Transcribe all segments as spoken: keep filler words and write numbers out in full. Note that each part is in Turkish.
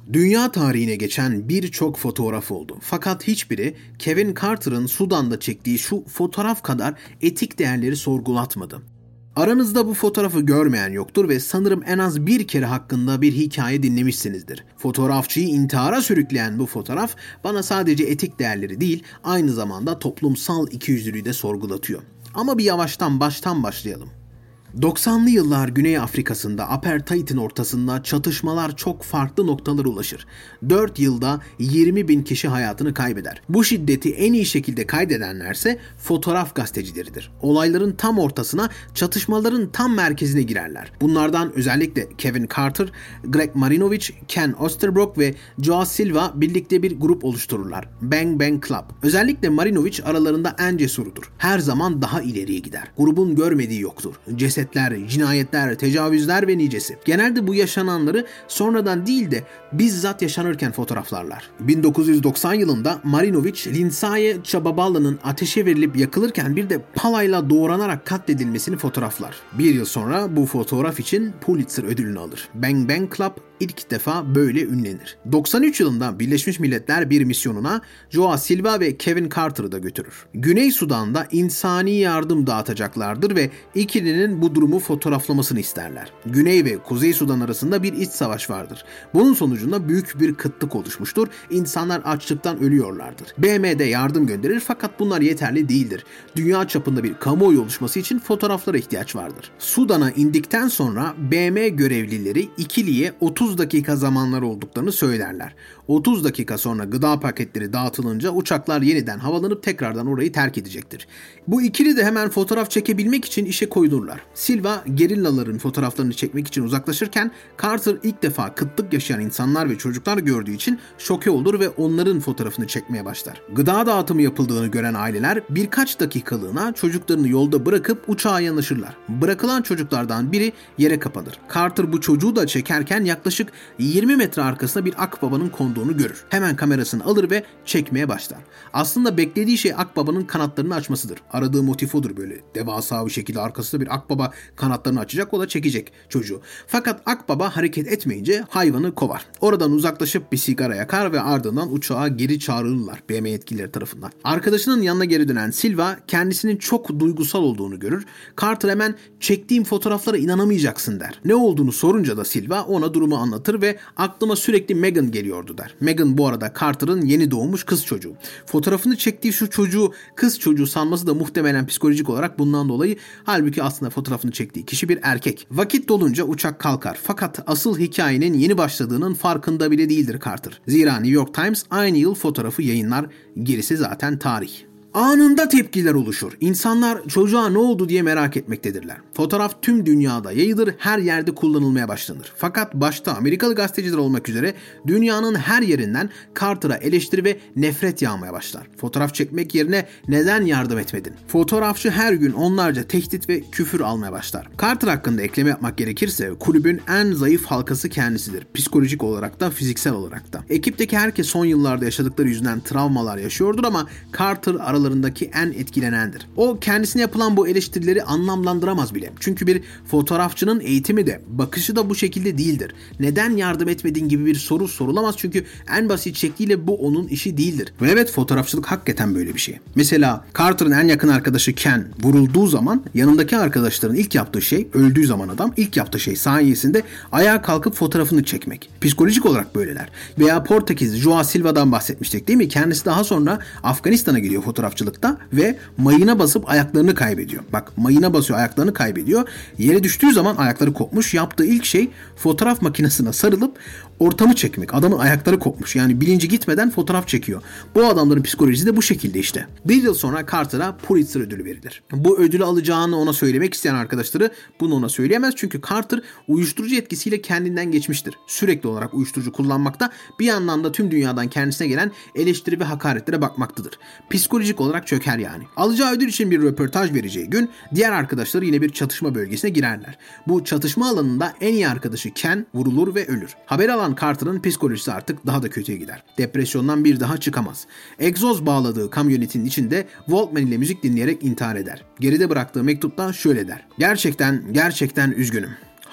Dünya tarihine geçen birçok fotoğraf oldu. Fakat hiçbiri Kevin Carter'ın Sudan'da çektiği şu fotoğraf kadar etik değerleri sorgulatmadı. Aranızda bu fotoğrafı görmeyen yoktur ve sanırım en az bir kere hakkında bir hikaye dinlemişsinizdir. Fotoğrafçıyı intihara sürükleyen bu fotoğraf bana sadece etik değerleri değil, aynı zamanda toplumsal ikiyüzlülüğü de sorgulatıyor. Ama bir yavaştan baştan başlayalım. doksanlı yıllar Güney Afrika'sında apartheid'in ortasında çatışmalar çok farklı noktalara ulaşır. dört yılda yirmi bin kişi hayatını kaybeder. Bu şiddeti en iyi şekilde kaydedenlerse fotoğraf gazetecileridir. Olayların tam ortasına, çatışmaların tam merkezine girerler. Bunlardan özellikle Kevin Carter, Greg Marinovich, Ken Osterbrook ve Joao Silva birlikte bir grup oluştururlar. Bang Bang Club. Özellikle Marinovich aralarında en cesurudur. Her zaman daha ileriye gider. Grubun görmediği yoktur. Ceset cinayetler, tecavüzler ve nicesi. Genelde bu yaşananları sonradan değil de bizzat yaşanırken fotoğraflarlar. bin dokuz yüz doksan yılında Marinovich, Lindsay Chababala'nın ateşe verilip yakılırken bir de palayla doğranarak katledilmesini fotoğraflar. Bir yıl sonra bu fotoğraf için Pulitzer ödülünü alır. Bang Bang Club ilk defa böyle ünlenir. doksan üç yılında Birleşmiş Milletler bir misyonuna Joao Silva ve Kevin Carter'ı da götürür. Güney Sudan'da insani yardım dağıtacaklardır ve ikilinin bu durumu fotoğraflamasını isterler. Güney ve Kuzey Sudan arasında bir iç savaş vardır. Bunun sonucunda büyük bir kıtlık oluşmuştur. İnsanlar açlıktan ölüyorlardır. B M de yardım gönderir fakat bunlar yeterli değildir. Dünya çapında bir kamuoyu oluşması için fotoğraflara ihtiyaç vardır. Sudan'a indikten sonra B M görevlileri ikiliye otuz dakika zamanları olduklarını söylerler. otuz dakika sonra gıda paketleri dağıtılınca uçaklar yeniden havalanıp tekrardan orayı terk edecektir. Bu ikili de hemen fotoğraf çekebilmek için işe koyulurlar. Silva gerillaların fotoğraflarını çekmek için uzaklaşırken Carter ilk defa kıtlık yaşayan insanlar ve çocuklar gördüğü için şoke olur ve onların fotoğrafını çekmeye başlar. Gıda dağıtımı yapıldığını gören aileler birkaç dakikalığına çocuklarını yolda bırakıp uçağa yanaşırlar. Bırakılan çocuklardan biri yere kapanır. Carter bu çocuğu da çekerken yaklaşık yirmi metre arkasında bir akbabanın konduğunu görür. Hemen kamerasını alır ve çekmeye başlar. Aslında beklediği şey akbabanın kanatlarını açmasıdır. Aradığı motif odur, böyle devasa bir şekilde arkasında bir akbaba kanatlarını açacak, o da çekecek çocuğu. Fakat akbaba hareket etmeyince hayvanı kovar. Oradan uzaklaşıp bir sigara yakar ve ardından uçağa geri çağrılırlar B M yetkilileri tarafından. Arkadaşının yanına geri dönen Silva kendisinin çok duygusal olduğunu görür. Carter hemen "Çektiğim fotoğraflara inanamayacaksın" der. Ne olduğunu sorunca da Silva ona durumu anlatır ve "Aklıma sürekli Megan geliyordu" der. Megan bu arada Carter'ın yeni doğmuş kız çocuğu. Fotoğrafını çektiği şu çocuğu kız çocuğu sanması da muhtemelen psikolojik olarak bundan dolayı, halbuki aslında fotoğrafını çektiği kişi bir erkek. Vakit dolunca uçak kalkar. Fakat asıl hikayenin yeni başladığının farkında bile değildir Carter. Zira New York Times aynı yıl fotoğrafı yayınlar. Gerisi zaten tarih. Anında tepkiler oluşur. İnsanlar çocuğa ne oldu diye merak etmektedirler. Fotoğraf tüm dünyada yayılır, her yerde kullanılmaya başlanır. Fakat başta Amerikalı gazeteciler olmak üzere dünyanın her yerinden Carter'a eleştiri ve nefret yağmaya başlar. Fotoğraf çekmek yerine neden yardım etmedin? Fotoğrafçı her gün onlarca tehdit ve küfür almaya başlar. Carter hakkında ekleme yapmak gerekirse kulübün en zayıf halkası kendisidir. Psikolojik olarak da fiziksel olarak da. Ekipteki herkes son yıllarda yaşadıkları yüzünden travmalar yaşıyordur ama Carter aralarındaki en etkilenendir. O kendisine yapılan bu eleştirileri anlamlandıramaz bile. Çünkü bir fotoğrafçının eğitimi de, bakışı da bu şekilde değildir. Neden yardım etmedin gibi bir soru sorulamaz çünkü en basit şekliyle bu onun işi değildir. Ve evet, fotoğrafçılık hakikaten böyle bir şey. Mesela Carter'ın en yakın arkadaşı Ken vurulduğu zaman yanındaki arkadaşların ilk yaptığı şey, öldüğü zaman adam ilk yaptığı şey sayesinde ayağa kalkıp fotoğrafını çekmek. Psikolojik olarak böyleler. Veya Portekiz Joao Silva'dan bahsetmiştik değil mi? Kendisi daha sonra Afganistan'a gidiyor fotoğrafçılıkta ve mayına basıp ayaklarını kaybediyor. Bak, mayına basıyor, ayaklarını kaybediyor. Yere düştüğü zaman ayakları kopmuş. Yaptığı ilk şey fotoğraf makinesine sarılıp ortamı çekmek. Adamın ayakları kopmuş. Yani bilinci gitmeden fotoğraf çekiyor. Bu adamların psikolojisi de bu şekilde işte. Bir yıl sonra Carter'a Pulitzer ödülü verilir. Bu ödülü alacağını ona söylemek isteyen arkadaşları bunu ona söyleyemez. Çünkü Carter uyuşturucu etkisiyle kendinden geçmiştir. Sürekli olarak uyuşturucu kullanmakta, bir yandan da tüm dünyadan kendisine gelen eleştiri ve hakaretlere bakmaktadır. Psikolojik olarak çöker yani. Alacağı ödül için bir röportaj vereceği gün diğer arkadaşları yine bir çatışma bölgesine girerler. Bu çatışma alanında en iyi arkadaşı Ken vurulur ve ölür. Haber alan Carter'ın psikolojisi artık daha da kötüye gider. Depresyondan bir daha çıkamaz. Egzoz bağladığı kamyonetin içinde Walkman ile müzik dinleyerek intihar eder. Geride bıraktığı mektupta şöyle der: "Gerçekten, gerçekten üzgünüm.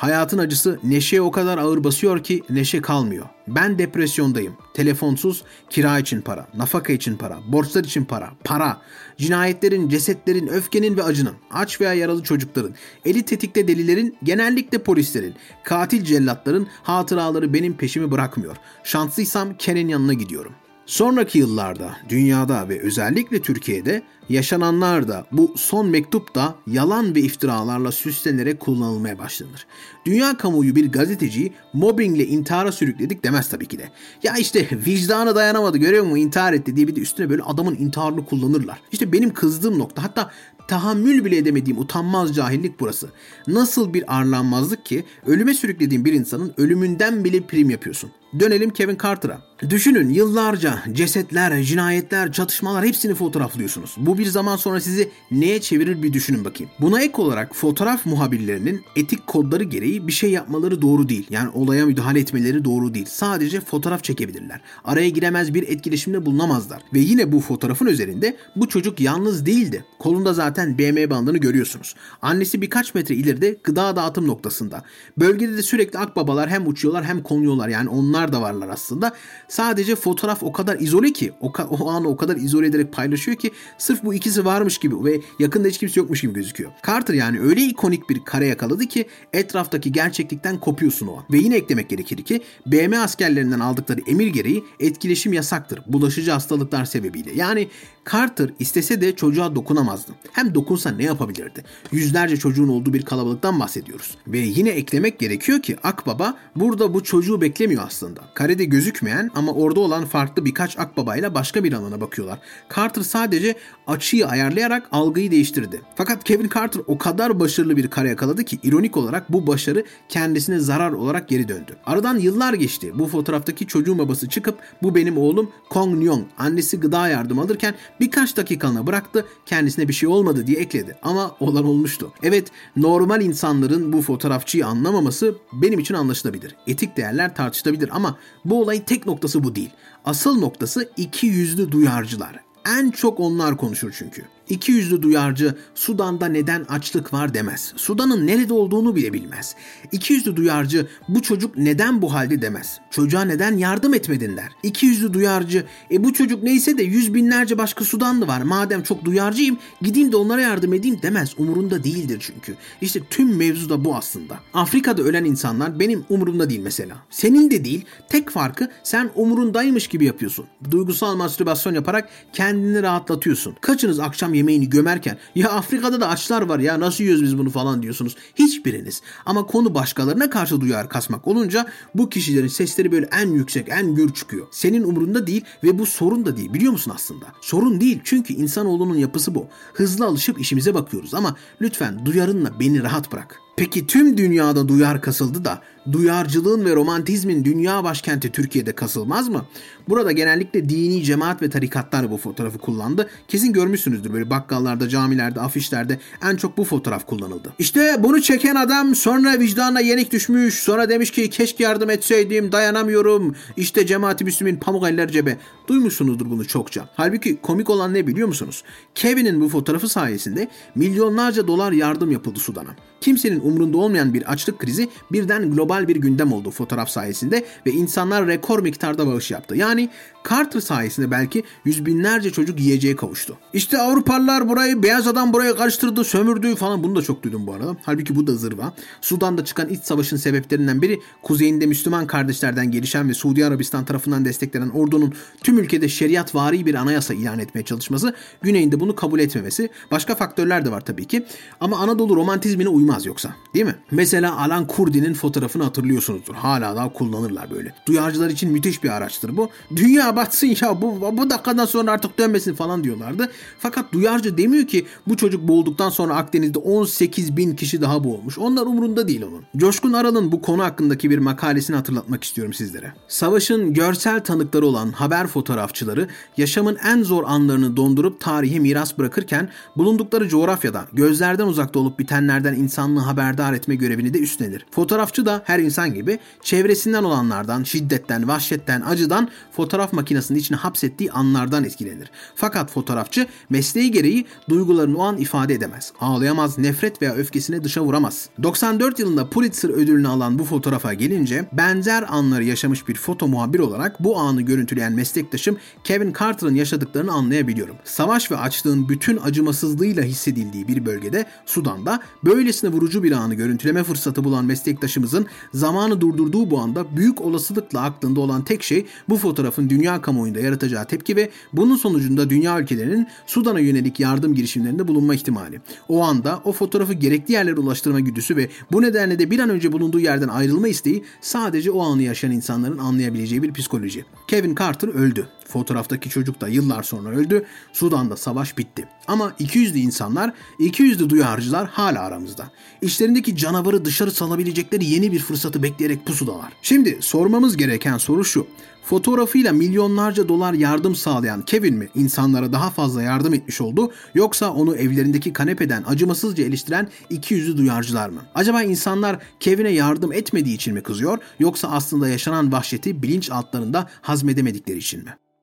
Hayatın acısı Neşe'ye o kadar ağır basıyor ki Neşe kalmıyor. Ben depresyondayım. Telefonsuz, kira için para, nafaka için para, borçlar için para, para. Cinayetlerin, cesetlerin, öfkenin ve acının, aç veya yaralı çocukların, eli tetikte delilerin, genellikle polislerin, katil cellatların hatıraları benim peşimi bırakmıyor. Şanslıysam Ken'in yanına gidiyorum. Sonraki yıllarda dünyada ve özellikle Türkiye'de yaşananlar da bu son mektup da yalan ve iftiralarla süslenerek kullanılmaya başlanır. Dünya kamuoyu bir gazeteciyi mobbingle intihara sürükledik demez tabii ki de. Ya işte vicdanı dayanamadı, görüyor musun, intihar etti diye bir de üstüne böyle adamın intiharını kullanırlar. İşte benim kızdığım nokta, hatta tahammül bile edemediğim utanmaz cahillik burası. Nasıl bir arlanmazlık ki ölüme sürüklediğin bir insanın ölümünden bile prim yapıyorsun. Dönelim Kevin Carter'a. Düşünün, yıllarca cesetler, cinayetler, çatışmalar hepsini fotoğraflıyorsunuz. Bu bir zaman sonra sizi neye çevirir bir düşünün bakayım. Buna ek olarak fotoğraf muhabirlerinin etik kodları gereği bir şey yapmaları doğru değil. Yani olaya müdahale etmeleri doğru değil. Sadece fotoğraf çekebilirler. Araya giremez bir etkileşimde bulunamazlar. Ve yine bu fotoğrafın üzerinde bu çocuk yalnız değildi. Kolunda zaten B M bandını görüyorsunuz. Annesi birkaç metre ileride gıda dağıtım noktasında. Bölgede de sürekli akbabalar hem uçuyorlar hem konuyorlar. Yani onlar da varlar aslında. Sadece fotoğraf o kadar izole ki, o, ka- o anı o kadar izole ederek paylaşıyor ki sırf bu ikisi varmış gibi ve yakında hiç kimse yokmuş gibi gözüküyor. Carter yani öyle ikonik bir kare yakaladı ki etraftaki gerçeklikten kopuyorsun o an. Ve yine eklemek gerekir ki B M askerlerinden aldıkları emir gereği etkileşim yasaktır. Bulaşıcı hastalıklar sebebiyle. Yani Carter istese de çocuğa dokunamazdı. Hem dokunsa ne yapabilirdi? Yüzlerce çocuğun olduğu bir kalabalıktan bahsediyoruz. Ve yine eklemek gerekiyor ki akbaba burada bu çocuğu beklemiyor aslında. Karede gözükmeyen ama orada olan farklı birkaç akbabayla başka bir alana bakıyorlar. Carter sadece açıyı ayarlayarak algıyı değiştirdi. Fakat Kevin Carter o kadar başarılı bir kare yakaladı ki ironik olarak bu başarı kendisine zarar olarak geri döndü. Aradan yıllar geçti. Bu fotoğraftaki çocuğun babası çıkıp bu benim oğlum Kong Nyong. Annesi gıda yardım alırken birkaç dakikalığına bıraktı, kendisine bir şey olmadı diye ekledi. Ama olan olmuştu. Evet, normal insanların bu fotoğrafçıyı anlamaması benim için anlaşılabilir. Etik değerler tartışılabilir ama bu olayın tek noktası bu değil. Asıl noktası iki yüzlü duyarcılar. En çok onlar konuşur çünkü. İki yüzlü duyarcı Sudan'da neden açlık var demez. Sudan'ın nerede olduğunu bile bilmez. İki yüzlü duyarcı bu çocuk neden bu halde demez. Çocuğa neden yardım etmedin der. İki yüzlü duyarcı e bu çocuk neyse de yüz binlerce başka Sudanlı var. Madem çok duyarcıyım gideyim de onlara yardım edeyim demez. Umurunda değildir çünkü. İşte tüm mevzu da bu aslında. Afrika'da ölen insanlar benim umurumda değil mesela. Senin de değil. Tek farkı sen umurundaymış gibi yapıyorsun. Duygusal mastürbasyon yaparak kendini rahatlatıyorsun. Kaçınız akşam yemeğini gömerken ya Afrika'da da açlar var ya nasıl yiyoruz biz bunu falan diyorsunuz. Hiçbiriniz. Ama konu başkalarına karşı duyar kasmak olunca bu kişilerin sesleri böyle en yüksek, en gür çıkıyor. Senin umurunda değil ve bu sorun da değil, biliyor musun aslında? Sorun değil çünkü insanoğlunun yapısı bu. Hızlı alışıp işimize bakıyoruz ama lütfen duyarınla beni rahat bırak. Peki tüm dünyada duyar kasıldı da duyarcılığın ve romantizmin dünya başkenti Türkiye'de kasılmaz mı? Burada genellikle dini cemaat ve tarikatlar bu fotoğrafı kullandı. Kesin görmüşsünüzdür böyle bakkallarda, camilerde, afişlerde en çok bu fotoğraf kullanıldı. İşte bunu çeken adam sonra vicdanına yenik düşmüş. Sonra demiş ki keşke yardım etseydim, dayanamıyorum. İşte cemaati Müslümin, pamuk eller cebe. Duymuşsunuzdur bunu çokça. Halbuki komik olan ne biliyor musunuz? Kevin'in bu fotoğrafı sayesinde milyonlarca dolar yardım yapıldı Sudan'a. Kimsenin umrunda olmayan bir açlık krizi birden global bir gündem oldu fotoğraf sayesinde ve insanlar rekor miktarda bağış yaptı. Yani Carter sayesinde belki yüz binlerce çocuk yiyeceğe kavuştu. İşte Avrupalılar burayı, beyaz adam buraya karıştırdı, sömürdü falan, bunu da çok duydum bu arada. Halbuki bu da zırva. Sudan'da çıkan iç savaşın sebeplerinden biri kuzeyinde Müslüman kardeşlerden gelişen ve Suudi Arabistan tarafından desteklenen ordunun tüm ülkede şeriatvari bir anayasa ilan etmeye çalışması, güneyinde bunu kabul etmemesi. Başka faktörler de var tabii ki. Ama Anadolu romantizmine uymaz yoksa, değil mi? Mesela Alan Kurdi'nin fotoğrafını hatırlıyorsunuzdur. Hala daha kullanırlar böyle. Duyarcılar için müthiş bir araçtır bu. Dünya batsın ya bu, bu dakikadan sonra artık dönmesin falan diyorlardı. Fakat duyarcı demiyor ki bu çocuk boğulduktan sonra Akdeniz'de on sekiz bin kişi daha boğulmuş. Onlar umurunda değil onun. Coşkun Aral'ın bu konu hakkındaki bir makalesini hatırlatmak istiyorum sizlere. Savaşın görsel tanıkları olan haber fotoğrafçıları yaşamın en zor anlarını dondurup tarihe miras bırakırken bulundukları coğrafyada gözlerden uzakta olup bitenlerden insanlığı haber haberdar etme görevini de üstlenir. Fotoğrafçı da her insan gibi çevresinden olanlardan, şiddetten, vahşetten, acıdan, fotoğraf makinesinin içine hapsettiği anlardan etkilenir. Fakat fotoğrafçı mesleği gereği duygularını o an ifade edemez. Ağlayamaz, nefret veya öfkesini dışa vuramaz. doksan dört yılında Pulitzer ödülünü alan bu fotoğrafa gelince benzer anları yaşamış bir foto muhabir olarak bu anı görüntüleyen meslektaşım Kevin Carter'ın yaşadıklarını anlayabiliyorum. Savaş ve açlığın bütün acımasızlığıyla hissedildiği bir bölgede, Sudan'da böylesine vurucu bir anı görüntüleme fırsatı bulan meslektaşımızın zamanı durdurduğu bu anda büyük olasılıkla aklında olan tek şey bu fotoğrafın dünya kamuoyunda yaratacağı tepki ve bunun sonucunda dünya ülkelerinin Sudan'a yönelik yardım girişimlerinde bulunma ihtimali. O anda o fotoğrafı gerekli yerlere ulaştırma güdüsü ve bu nedenle de bir an önce bulunduğu yerden ayrılma isteği sadece o anı yaşayan insanların anlayabileceği bir psikoloji. Kevin Carter öldü. Fotoğraftaki çocuk da yıllar sonra öldü. Sudan'da savaş bitti. Ama iki yüzlü insanlar, iki yüzlü duyarcılar hala aramızda. İçlerindeki canavarı dışarı salabilecekleri yeni bir fırsatı bekleyerek pusudalar. Şimdi sormamız gereken soru şu: fotoğrafıyla milyonlarca dolar yardım sağlayan Kevin mi insanlara daha fazla yardım etmiş oldu, yoksa onu evlerindeki kanepeden acımasızca eleştiren iki yüzlü duyarcılar mı? Acaba insanlar Kevin'e yardım etmediği için mi kızıyor, yoksa aslında yaşanan vahşeti bilinç altlarında hazmedemedikleri için mi?